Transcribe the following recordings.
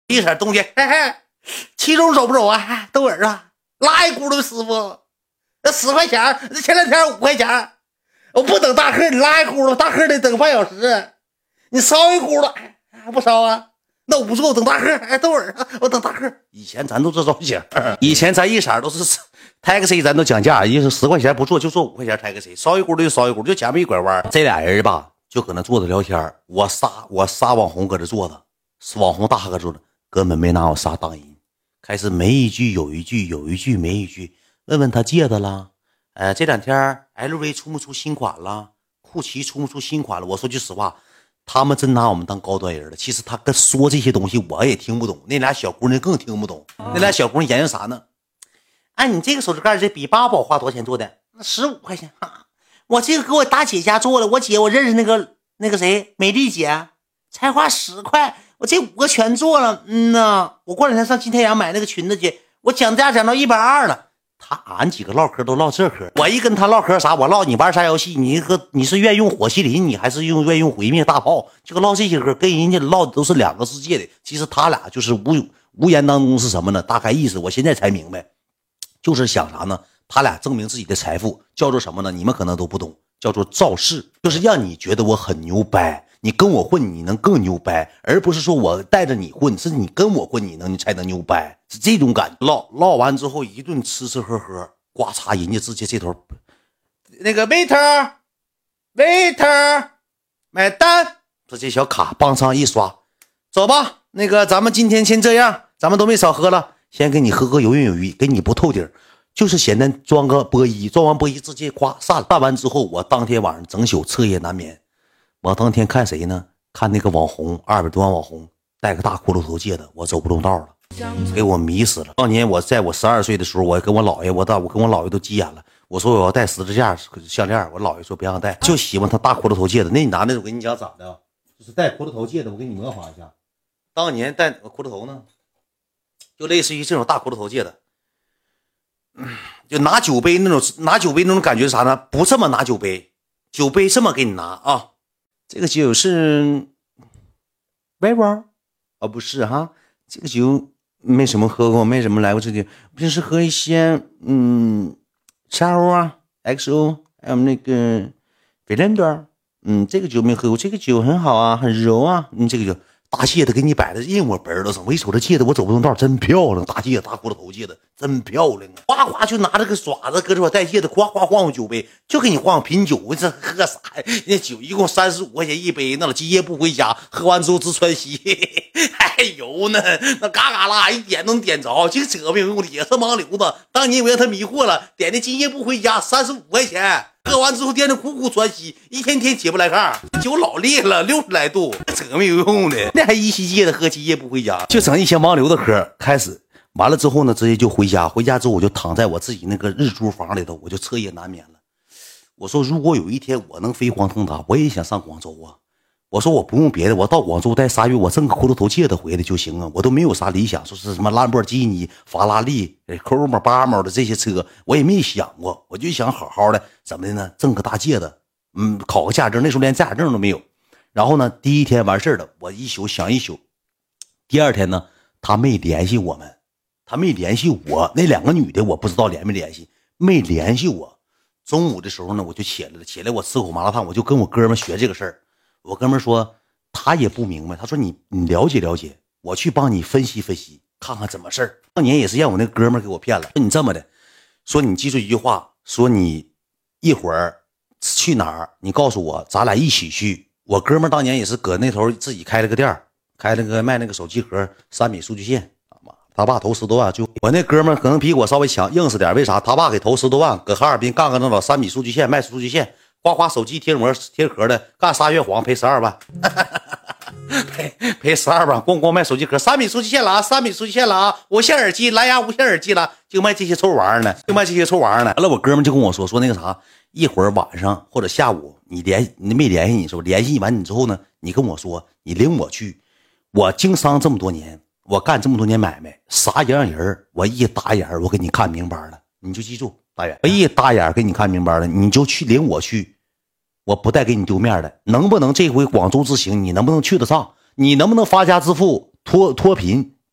一色东西，嘿嘿，其中走不走啊？豆儿啊，拉一轱辘，师傅，那10块钱，前两天5块钱，我不等大客，你拉一轱辘，大客得等半小时，你烧一轱辘，不烧啊？那我不做，我等大客，豆儿啊，我等大客。以前咱都这造型，以前咱一色都是 taxi， 咱都讲价，意思10块钱不做就做5块钱 taxi， 烧一轱辘就烧一轱辘，就前面一拐弯。这俩人吧，就搁那坐着聊天，我仨网红搁这坐着，网红大哥坐着。根本没拿我仨当人，开始没一句有一句，有一句没一句。问问他戒的了，这两天 LV 出不出新款了？酷奇出不出新款了？我说句实话，他们真拿我们当高端人了。其实他跟说这些东西我也听不懂，那俩小姑娘更听不懂。那俩小姑娘研究啥呢？你这个手指盖这比八宝花多少钱做的？那15块钱。我这个给我大姐家做的，我姐我认识那个谁美丽姐，才花10块。我这5个全做了，我过两天上金太阳买那个裙子去，我讲价讲到120了。俺几个唠嗑都唠这嗑，我一跟他唠嗑啥，我唠你玩啥游戏，你是愿用火麒麟，你还是愿用毁灭大炮，就唠这些嗑，跟人家唠的都是2个世界的。其实他俩就是无言当中是什么呢？大概意思我现在才明白，就是想啥呢？他俩证明自己的财富叫做什么呢？你们可能都不懂，叫做造势，就是让你觉得我很牛掰。你跟我混，你能更牛掰，而不是说我带着你混，是你跟我混，你才能牛掰，是这种感觉。唠完之后一顿吃吃喝喝，呱嚓，人家直接这头那个 waiter 买单，这小卡棒上一刷，走吧，那个咱们今天先这样，咱们都没少喝了，先给你喝个有韵有余，给你不透底，就是简单装个波一，装完波一直接夸散了。散完之后，我当天晚上整宿彻夜难眠。我当天看谁呢？看那个网红，200多万网红，戴个大骷髅头戒的，我走不动道了，给我迷死了。当年我在我12岁的时候，我跟我姥爷，我跟我姥爷都急眼了，我说我要戴十字架项链，我姥爷说别让戴，就喜欢他大骷髅头戒的。那你拿那我跟你讲咋的，就是戴骷髅头戒的，我给你模仿一下。当年戴骷髅头呢，就类似于这种大骷髅头戒的，就拿酒杯那种感觉是啥呢？不这么拿酒杯，酒杯这么给你拿啊。这个酒是歪歪啊，不是哈，这个酒没什么喝过，没什么来过这里。平时喝一些XO 啊 XO， 还有那个菲兰多，这个酒没喝过，这个酒很好啊，很柔啊，这个酒大戒的给你摆的一模本的，我一瞅这戒的我走不动道，真漂亮，大戒大骷髅头戒的真漂亮啊！哗哗就拿这个爪子搁这块带戒的，哗哗晃晃酒杯，就给你晃品酒，这喝啥呀？那酒一共35块钱一杯，那老今夜不回家，喝完之后直窜稀，还油呢，那嘎嘎啦一点能点着，这个扯没有用的，也是盲流子。当年我让他迷惑了，点的今夜不回家35块钱。喝完之后颠着苦苦喘息，一天天解不来炕，酒老烈了，60来度，扯没有用的，那还依稀戒的喝今夜不回家，就整一些盲流的喝。开始完了之后呢，直接就回家，回家之后我就躺在我自己那个日租房里头，我就彻夜难眠了。我说如果有一天我能飞黄腾达，我也想上广州啊。我说我不用别的，我到广州待3月，我挣个骷髅头戒的回来就行啊，我都没有啥理想，说是什么兰博基尼、法拉利、科摩、巴摩的这些车，我也没想过，我就想好好的怎么的呢，挣个大戒的，考个驾驶证，那时候连驾驶证都没有。然后呢，第一天完事了，我一宿想一宿。第二天呢，他没联系我们，他没联系我，那2个女的我不知道联没联系，没联系我。中午的时候呢，我就起来我吃口麻辣烫，我就跟我哥们学这个事儿。我哥们说他也不明白，他说你了解了解，我去帮你分析分析，看看怎么事儿。当年也是让我那哥们给我骗了，说你这么的，说你记住一句话，说你一会儿去哪儿，你告诉我，咱俩一起去。我哥们当年也是搁那头自己开了个店，开了个卖那个手机壳3米数据线，他爸投10多万，就我那哥们可能比我稍微强硬实点，为啥？他爸给投10多万，搁哈尔滨干个那老3米数据线，卖数据线。花花手机贴膜贴壳的，干3月黄赔12万，赔12万，光卖手机壳，3米数据线了啊，3米数据线了啊，无线耳机，蓝牙无线耳机了，就卖这些臭玩意儿呢，完了，我哥们就跟我说那个啥，一会儿晚上或者下午你没联系你说联系完你之后呢，你跟我说，你领我去，我经商这么多年，我干这么多年买卖，啥样人我一打眼我给你看明白了，你就记住。我一打眼给你看明白了，你就去领我去，我不带给你丢面的。能不能这回广州之行，你能不能去得上？你能不能发家致富脱贫？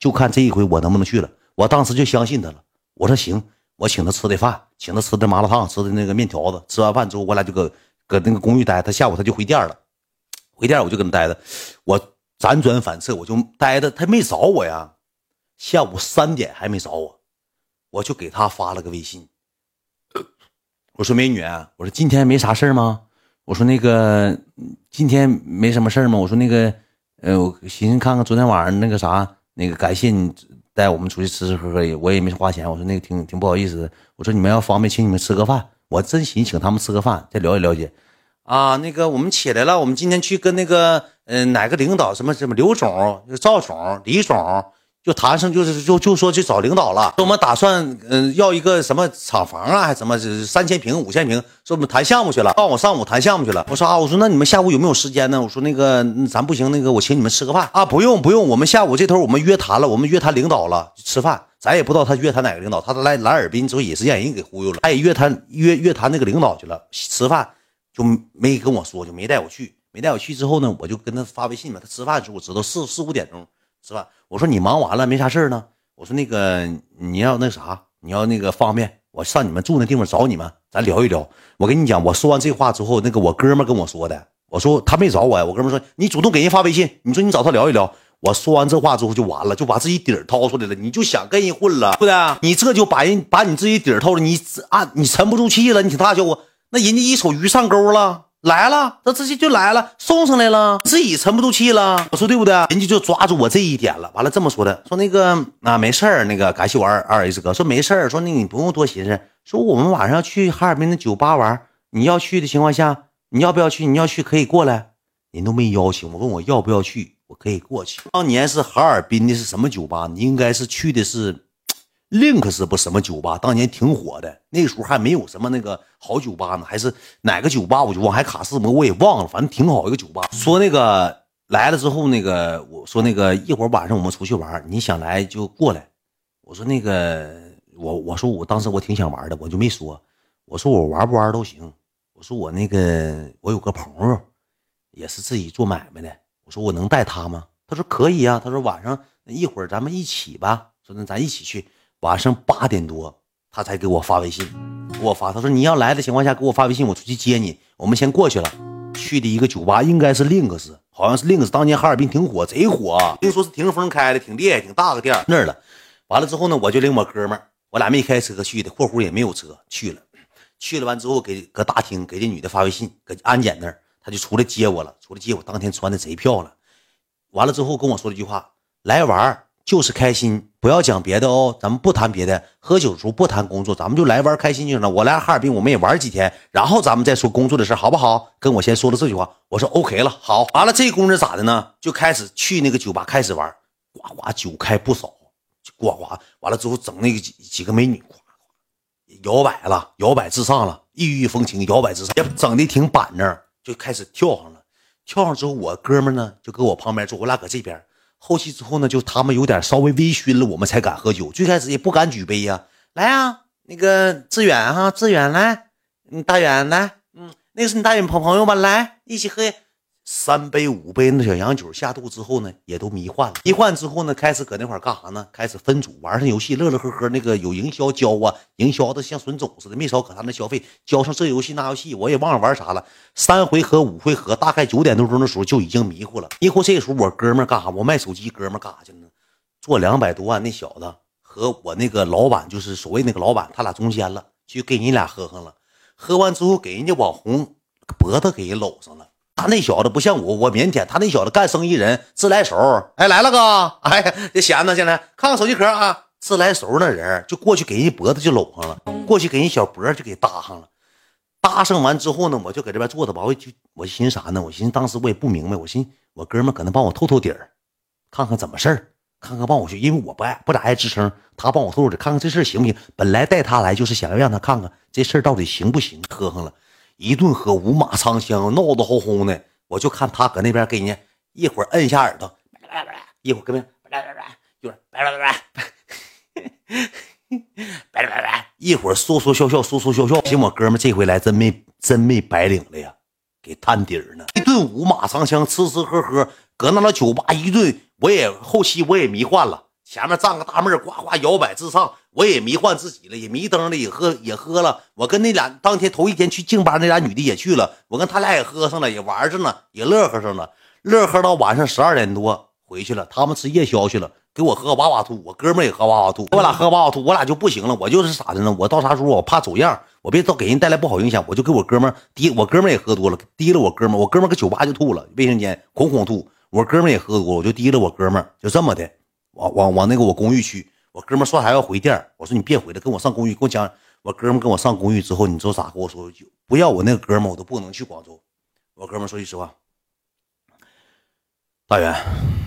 就看这一回我能不能去了。我当时就相信他了，我说行，我请他吃的饭，请他吃的麻辣烫，吃的那个面条子。吃完饭之后，我俩就搁那个公寓待，他下午他就回店了。回店我就跟他待着，我辗转反侧，我就待着，他没找我呀。下午3点还没找我，我就给他发了个微信，我说美女，我说今天没啥事吗？我说那个今天没什么事吗？我说那个我寻思看看昨天晚上那个啥，那个感谢你带我们出去吃吃喝喝，我也没花钱。我说那个挺不好意思的。我说你们要方便请你们吃个饭，我真寻思请他们吃个饭，再了解了解啊。那个我们起来了，我们今天去跟那个哪个领导什么刘总、赵总、李总。就谈上就说去找领导了，说我们打算要一个什么厂房啊，还什么3000平5000平，说我们谈项目去了，让我上午谈项目去了。我说啊，我说那你们下午有没有时间呢？我说那个咱不行，那个我请你们吃个饭啊，不用，我们下午这头我们约谈了，我们约谈领导了吃饭，咱也不知道他约谈哪个领导，他来尔滨之后也是让人给忽悠了，他也约谈那个领导去了吃饭，就没跟我说，就没带我去，之后呢，我就跟他发微信嘛，他吃饭的时候我知道4、5点钟。是吧？我说你忙完了没啥事呢？我说那个你要那啥，你要那个方便，我上你们住那地方找你们，咱聊一聊。我跟你讲，我说完这话之后，那个我哥们跟我说的，我说他没找我呀。我哥们说你主动给人发微信，你说你找他聊一聊。我说完这话之后就完了，就把自己底儿掏出来了。你就想跟人混了，对不对？你这就把你自己底儿掏了，你沉不住气了，你挺大叫我，那人家一瞅鱼上钩了。来了，他直接就来了，送上来了，自己沉不住气了。我说对不对？人家就抓住我这一点了。完了这么说的，说那个没事儿，那个感谢我二 S 哥，说没事儿，说那你不用多寻思，说我们晚上要去哈尔滨的酒吧玩，你要去的情况下，你要不要去？你要去可以过来。人都没邀请我，问我要不要去，我可以过去。当年是哈尔滨的是什么酒吧？你应该是去的是。Link 是不什么酒吧，当年挺火的，那个时候还没有什么那个好酒吧呢，还是哪个酒吧我就忘，还卡斯摩我也忘了，反正挺好一个酒吧。说那个来了之后，那个我说那个一会儿晚上我们出去玩，你想来就过来。我说那个我说我当时我挺想玩的，我就没说，我说我玩不玩都行。我说我那个我有个朋友也是自己做买卖的，我说我能带他吗？他说可以啊，他说晚上一会儿咱们一起吧，说那咱一起去。晚上8点多，他才给我发微信，他说你要来的情况下给我发微信，我出去接你。我们先过去了，去的一个酒吧，应该是Links，好像是Links，当年哈尔滨挺火，贼火，听说是霆锋开的，挺厉害，挺大个店那儿了。完了之后呢，我就领我哥们儿，我俩没开车去的，括弧也没有车去了完之后搁大厅给这女的发微信，搁安检那儿，他就出来接我了，当天穿的贼漂亮。完了之后跟我说了一句话，来玩就是开心，不要讲别的哦，咱们不谈别的，喝酒的时候不谈工作，咱们就来玩开心就行了。我来哈尔滨我们也玩几天，然后咱们再说工作的事好不好？跟我先说了这句话，我说 OK 了，好。完了这公子咋的呢？就开始去那个酒吧开始玩，呱呱酒开不少，呱呱完了之后整那个几个美女呱呱摇摆至上了，异域风情，摇摆至上，也整的挺板正，就开始跳上了。跳上之后我哥们呢就搁我旁边坐，我俩搁这边。后期之后呢，就他们有点稍微微醺了，我们才敢喝酒。最开始也不敢举杯呀，来啊，那个志远哈，志远来，大远来，那个是你大远朋友吧？来，一起喝3杯5杯那小洋酒下肚之后呢，也都迷幻了。迷幻之后呢，开始搁那块干啥呢？开始分组玩上游戏，乐乐呵呵。那个有营销交啊，营销的像损种似的，没少搁他那消费，交上这游戏那游戏，我也忘了玩啥了。3回合5回合，大概9点多钟的时候就已经迷糊了。迷糊这个时候，我哥们干啥？我卖手机，哥们干啥去了呢？做200多万那小子和我那个老板，就是所谓那个老板，他俩中间了，就给你俩喝上了。喝完之后给人家网红脖子给人搂上了。他那小子不像我腼腆，他那小子干生意人，自来熟。哎，来了哥，哎，这闲的，现在看看手机壳啊，自来熟那人就过去给人脖子就搂上了，过去给人小脖就给搭上了。搭上完之后呢，我就搁这边坐着吧，我寻思啥呢？我寻思当时我也不明白，我寻思我哥们可能帮我透透底儿，看看怎么事儿，看看帮我去，因为我不咋爱吱声，他帮我透透底，看看这事儿行不行。本来带他来就是想要让他看看这事儿到底行不行。喝上了。一顿喝五马长枪，闹得哄哄的，我就看他搁那边给人家一会儿摁一下耳朵，一会儿跟边一会儿一会儿说说笑笑，说说笑笑。行，我哥们这回来真没白领了呀，给探底儿呢。一顿五马长枪，吃吃喝喝，搁那酒吧一顿，后期我也迷幻了， 前面站个大妹儿，呱呱摇摆自上，我也迷幻自己了，也迷瞪了，也喝了。我跟那俩当天头一天去静吧那俩女的也去了，我跟他俩也喝上了，也玩着呢，也乐呵上了，乐呵到晚上12点多回去了，他们吃夜宵去了，给我喝哇哇吐，我哥们儿也喝哇哇吐，我俩喝哇哇吐，我俩就不行了，我就是咋的呢？我到啥时候我怕走样，我别到给人带来不好影响，我就给我哥们儿滴，我哥们儿也喝多了，滴了我哥们儿，我哥们儿搁酒吧就吐了，卫生间哐吐，我哥们儿也喝多了，我就滴了我哥们儿，就这么的。往那个我公寓去，我哥们说还要回店，我说你别回来，跟我上公寓，跟我讲，我哥们跟我上公寓之后，你知道咋跟我说？不要我那个哥们我都不能去广州。我哥们说句实话，大元，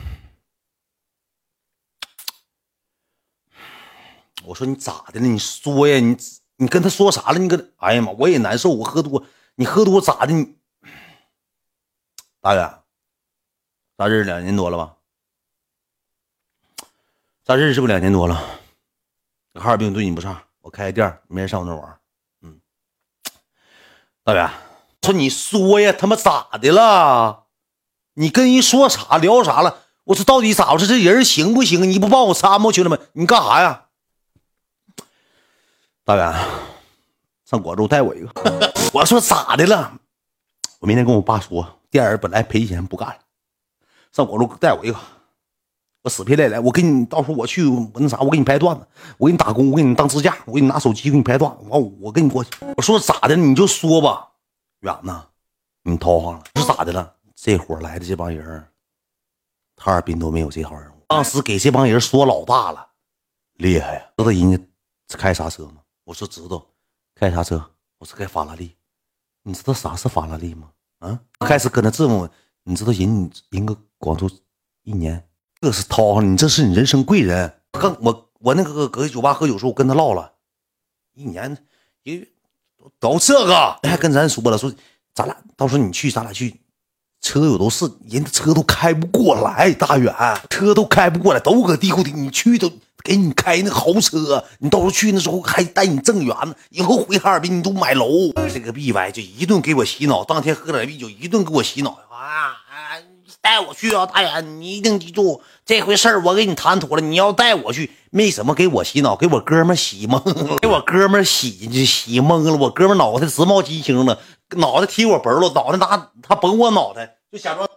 我说你咋的了？你说呀，你跟他说啥了？你跟，哎呀妈，我也难受，我喝多，你喝多咋的？你大元，咋日2年多了吧？咋认识不2年多了，哈尔滨对你不差，我开店没人上我那玩。大元，说你说呀，他妈咋的了？你跟人说啥聊啥了？我说到底咋回事？这人行不行？你不帮我参谋去了吗？你干啥呀？大元，上广州带我一个。我说咋的了？我明天跟我爸说，店儿本来赔钱不干了，上广州带我一个。我死皮赖脸，我给你到时候我去，我那啥，我给你拍段子，我给你打工，我给你当支架，我给你拿手机给你拍段子，我跟你过去。我说咋的你就说吧，远呢，你掏上了，是咋的了？这伙来的这帮人，哈尔滨都没有这号人物。当时给这帮人说老大了，厉害呀！知道人家开啥车吗？我说知道，开啥车？我说开法拉利。你知道啥是法拉利吗？啊？开始跟他质问，你知道人个广州1年。这是涛上，你这是你人生贵人。我那个搁酒吧喝酒时候，我跟他唠了，1年1个月都这个，还跟咱说了，说咱俩到时候你去，咱俩去，车有都是人的车都开不过来，大远车都开不过来，都搁地库里，你去都给你开那豪车，你到时候去那时候还带你挣元呢，以后回哈尔滨你都买楼。这个 BY 就一顿给我洗脑，当天喝点啤酒，一顿给我洗脑带我去啊，大远，你一定记住这回事儿，我给你谈妥了。你要带我去，没什么给我洗脑，给我哥们洗懵了，给我哥们洗懵了。我哥们脑袋直冒金星了，脑袋踢我本了，脑袋他崩我脑袋，就假装。